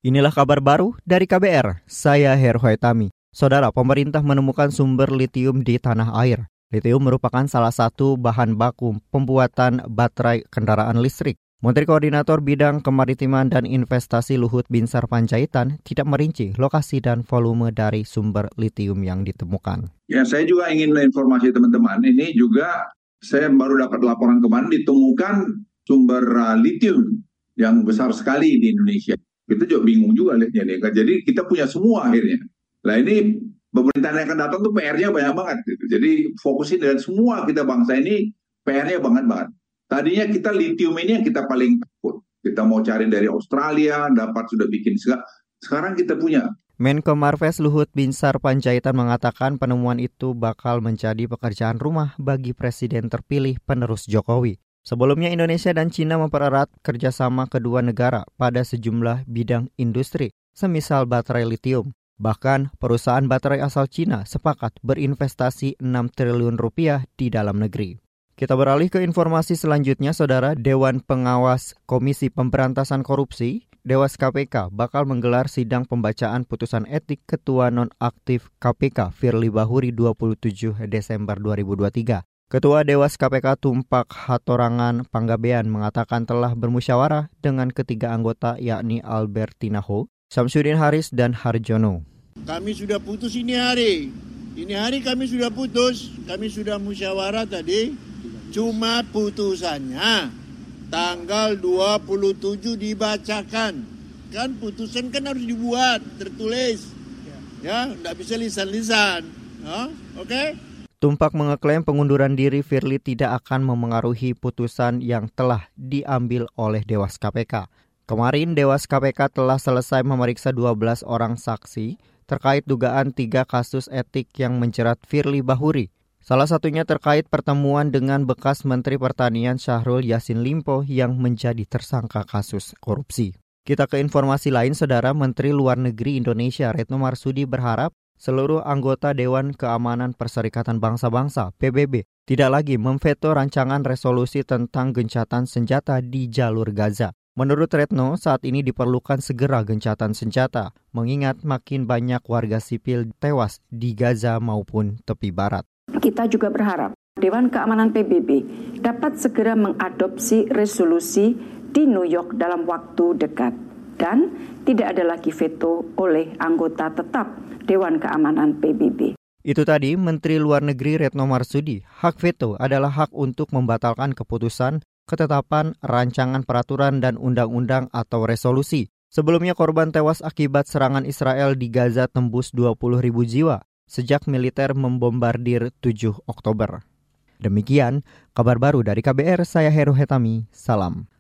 Inilah kabar baru dari KBR, saya Heru Haitami. Saudara, pemerintah menemukan sumber litium di tanah air. Litium merupakan salah satu bahan baku pembuatan baterai kendaraan listrik. Menteri Koordinator Bidang Kemaritiman dan Investasi Luhut Binsar Panjaitan tidak merinci lokasi dan volume dari sumber litium yang ditemukan. Ya, saya juga ingin informasi teman-teman. Ini juga saya baru dapat laporan kemarin ditemukan sumber litium yang besar sekali di Indonesia. Kita juga bingung juga lihatnya nih. Jadi kita punya semua akhirnya. Nah ini pemerintahan yang akan datang tuh PR-nya banyak banget. Gitu. Jadi fokusin dengan semua kita bangsa ini PR-nya banget. Tadinya kita litium ini yang kita paling takut. Kita mau cari dari Australia, dapat sudah bikin. Sekarang kita punya. Menko Marves Luhut Binsar Panjaitan mengatakan penemuan itu bakal menjadi pekerjaan rumah bagi Presiden terpilih penerus Jokowi. Sebelumnya Indonesia dan Cina mempererat kerjasama kedua negara pada sejumlah bidang industri, semisal baterai litium. Bahkan perusahaan baterai asal Cina sepakat berinvestasi 6 triliun rupiah di dalam negeri. Kita beralih ke informasi selanjutnya, Saudara. Dewan Pengawas Komisi Pemberantasan Korupsi, Dewas KPK, bakal menggelar sidang pembacaan putusan etik Ketua Nonaktif KPK Firly Bahuri 27 Desember 2023. Ketua Dewas KPK Tumpak Hatorangan Panggabean mengatakan telah bermusyawarah dengan ketiga anggota yakni Albertina Ho, Samsudin Haris, dan Harjono. Kami sudah putus ini hari. Ini hari kami sudah putus. Kami sudah musyawarah tadi. Cuma putusannya tanggal 27 dibacakan. Kan putusan kan harus dibuat, tertulis. Ya, enggak bisa lisan-lisan. Oke? Tumpak mengeklaim pengunduran diri Firly tidak akan memengaruhi putusan yang telah diambil oleh Dewas KPK. Kemarin Dewas KPK telah selesai memeriksa 12 orang saksi terkait dugaan 3 kasus etik yang menjerat Firly Bahuri. Salah satunya terkait pertemuan dengan bekas Menteri Pertanian Syahrul Yassin Limpo yang menjadi tersangka kasus korupsi. Kita ke informasi lain, Saudara. Menteri Luar Negeri Indonesia Retno Marsudi berharap seluruh anggota Dewan Keamanan Perserikatan Bangsa-Bangsa (PBB) tidak lagi memveto rancangan resolusi tentang gencatan senjata di jalur Gaza. Menurut Retno, saat ini diperlukan segera gencatan senjata, mengingat makin banyak warga sipil tewas di Gaza maupun tepi barat. Kita juga berharap Dewan Keamanan PBB dapat segera mengadopsi resolusi di New York dalam waktu dekat dan tidak ada lagi veto oleh anggota tetap Dewan Keamanan PBB. Itu tadi Menteri Luar Negeri Retno Marsudi. Hak veto adalah hak untuk membatalkan keputusan, ketetapan, rancangan peraturan dan undang-undang atau resolusi. Sebelumnya korban tewas akibat serangan Israel di Gaza tembus 20.000 jiwa sejak militer membombardir 7 Oktober. Demikian kabar baru dari KBR, saya Heru Haitami, salam.